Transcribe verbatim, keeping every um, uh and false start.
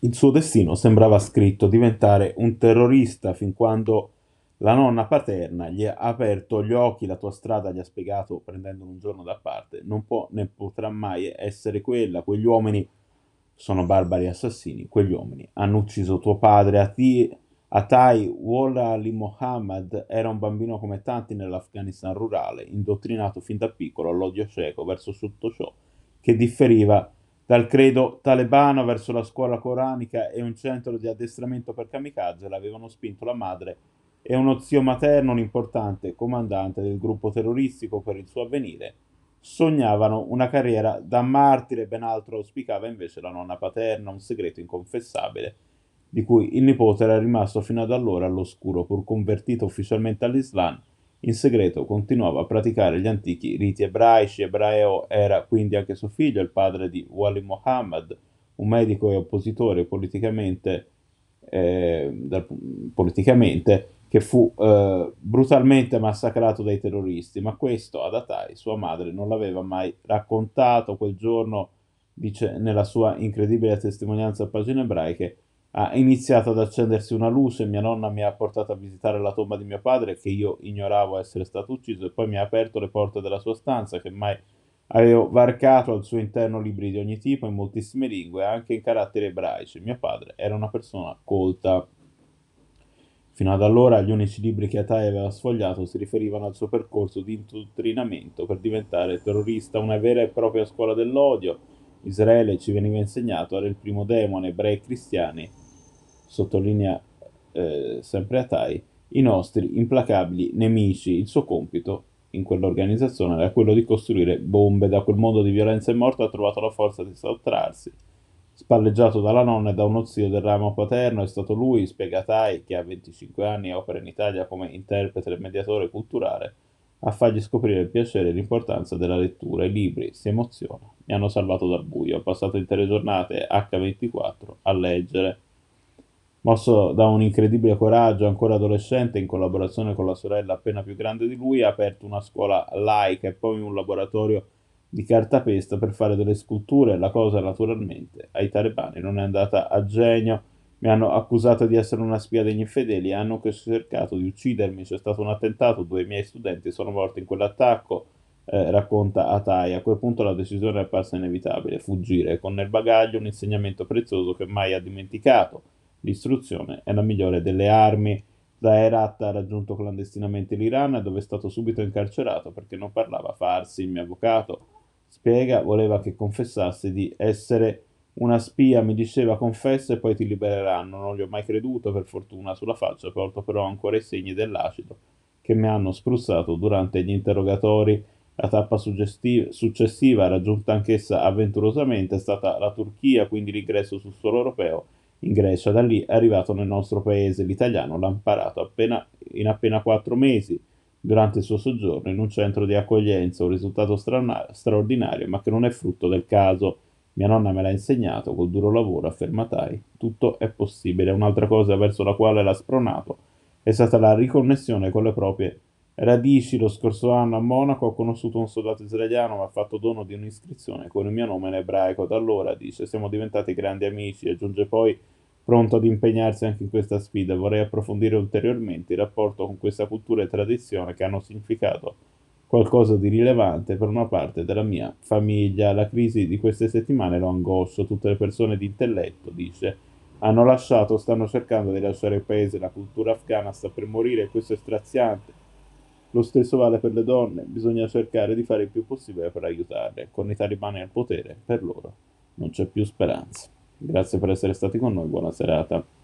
Il suo destino sembrava scritto: diventare un terrorista, fin quando la nonna paterna gli ha aperto gli occhi. La tua strada, gli ha spiegato, prendendolo un giorno da parte, non può né potrà mai essere quella. Quegli uomini sono barbari assassini. Quegli uomini hanno ucciso tuo padre. Ati- Atai Walla Ali Mohammed era un bambino come tanti nell'Afghanistan rurale, indottrinato fin da piccolo all'odio cieco verso tutto ciò che differiva dal credo talebano. Verso la scuola coranica e un centro di addestramento per kamikaze l'avevano spinto la madre e uno zio materno, un importante comandante del gruppo terroristico. Per il suo avvenire sognavano una carriera da martire. Ben altro auspicava invece la nonna paterna, un segreto inconfessabile di cui il nipote era rimasto fino ad allora all'oscuro. Pur convertito ufficialmente all'Islam, in segreto continuava a praticare gli antichi riti ebraici. Ebreo era quindi anche suo figlio, il padre di Wali Muhammad, un medico e oppositore politicamente, eh, dal- politicamente che fu eh, brutalmente massacrato dai terroristi. Ma questo ad Atai, sua madre, non l'aveva mai raccontato. Quel giorno, dice nella sua incredibile testimonianza a pagine ebraiche, ha iniziato ad accendersi una luce. Mia nonna mi ha portato a visitare la tomba di mio padre, che io ignoravo essere stato ucciso, e poi mi ha aperto le porte della sua stanza, che mai avevo varcato. Al suo interno libri di ogni tipo, in moltissime lingue, anche in caratteri ebraici. Mio padre era una persona colta. Fino ad allora gli unici libri che Atai aveva sfogliato si riferivano al suo percorso di indottrinamento per diventare terrorista, una vera e propria scuola dell'odio. Israele, ci veniva insegnato, era il primo demone. Ebrei e cristiani, sottolinea eh, sempre Atai, i nostri implacabili nemici. Il suo compito in quell'organizzazione era quello di costruire bombe. Da quel mondo di violenza e morte ha trovato la forza di sottrarsi. Spalleggiato dalla nonna e da uno zio del ramo paterno, è stato lui, spiega Tai, che ha venticinque anni e opera in Italia come interprete e mediatore culturale, a fargli scoprire il piacere e l'importanza della lettura. I libri, si emoziona, mi hanno salvato dal buio. Ho passato intere giornate acca ventiquattro a leggere. Mosso da un incredibile coraggio, ancora adolescente, in collaborazione con la sorella appena più grande di lui, ha aperto una scuola laica e poi un laboratorio di cartapesta per fare delle sculture. La cosa, naturalmente, ai talebani non è andata a genio. Mi hanno accusato di essere una spia degli infedeli e hanno anche cercato di uccidermi. C'è stato un attentato, due miei studenti sono morti in quell'attacco, eh, racconta Atai. A quel punto la decisione è apparsa inevitabile: fuggire, con nel bagaglio un insegnamento prezioso che mai ha dimenticato: l'istruzione è la migliore delle armi. Da Herat ha raggiunto clandestinamente l'Iran, dove è stato subito incarcerato perché non parlava farsi. Il mio avvocato spiega, voleva che confessassi di essere una spia. Mi diceva: confessa e poi ti libereranno. Non gli ho mai creduto. Per fortuna sulla faccia porto però ancora i segni dell'acido che mi hanno spruzzato durante gli interrogatori. La tappa suggestiva- successiva, raggiunta anch'essa avventurosamente, è stata la Turchia, quindi l'ingresso sul suolo europeo in Grecia. Da lì è arrivato nel nostro paese. L'italiano l'ha imparato appena, in appena quattro mesi, durante il suo soggiorno in un centro di accoglienza. Un risultato strana- straordinario, ma che non è frutto del caso. Mia nonna me l'ha insegnato col duro lavoro, affermatai. Tutto è possibile. Un'altra cosa verso la quale l'ha spronato è stata la riconnessione con le proprie radici. Lo scorso anno a Monaco ho conosciuto un soldato israeliano, mi ha fatto dono di un'iscrizione con il mio nome in ebraico. Da allora, dice, siamo diventati grandi amici. Aggiunge poi, pronto ad impegnarsi anche in questa sfida. Vorrei approfondire ulteriormente il rapporto con questa cultura e tradizione che hanno significato qualcosa di rilevante per una parte della mia famiglia. La crisi di queste settimane lo angoscia. Tutte le persone di intelletto, dice, hanno lasciato o stanno cercando di lasciare il paese. La cultura afghana sta per morire e questo è straziante. Lo stesso vale per le donne. Bisogna cercare di fare il più possibile per aiutarle. Con i talebani al potere, per loro non c'è più speranza. Grazie per essere stati con noi, buona serata.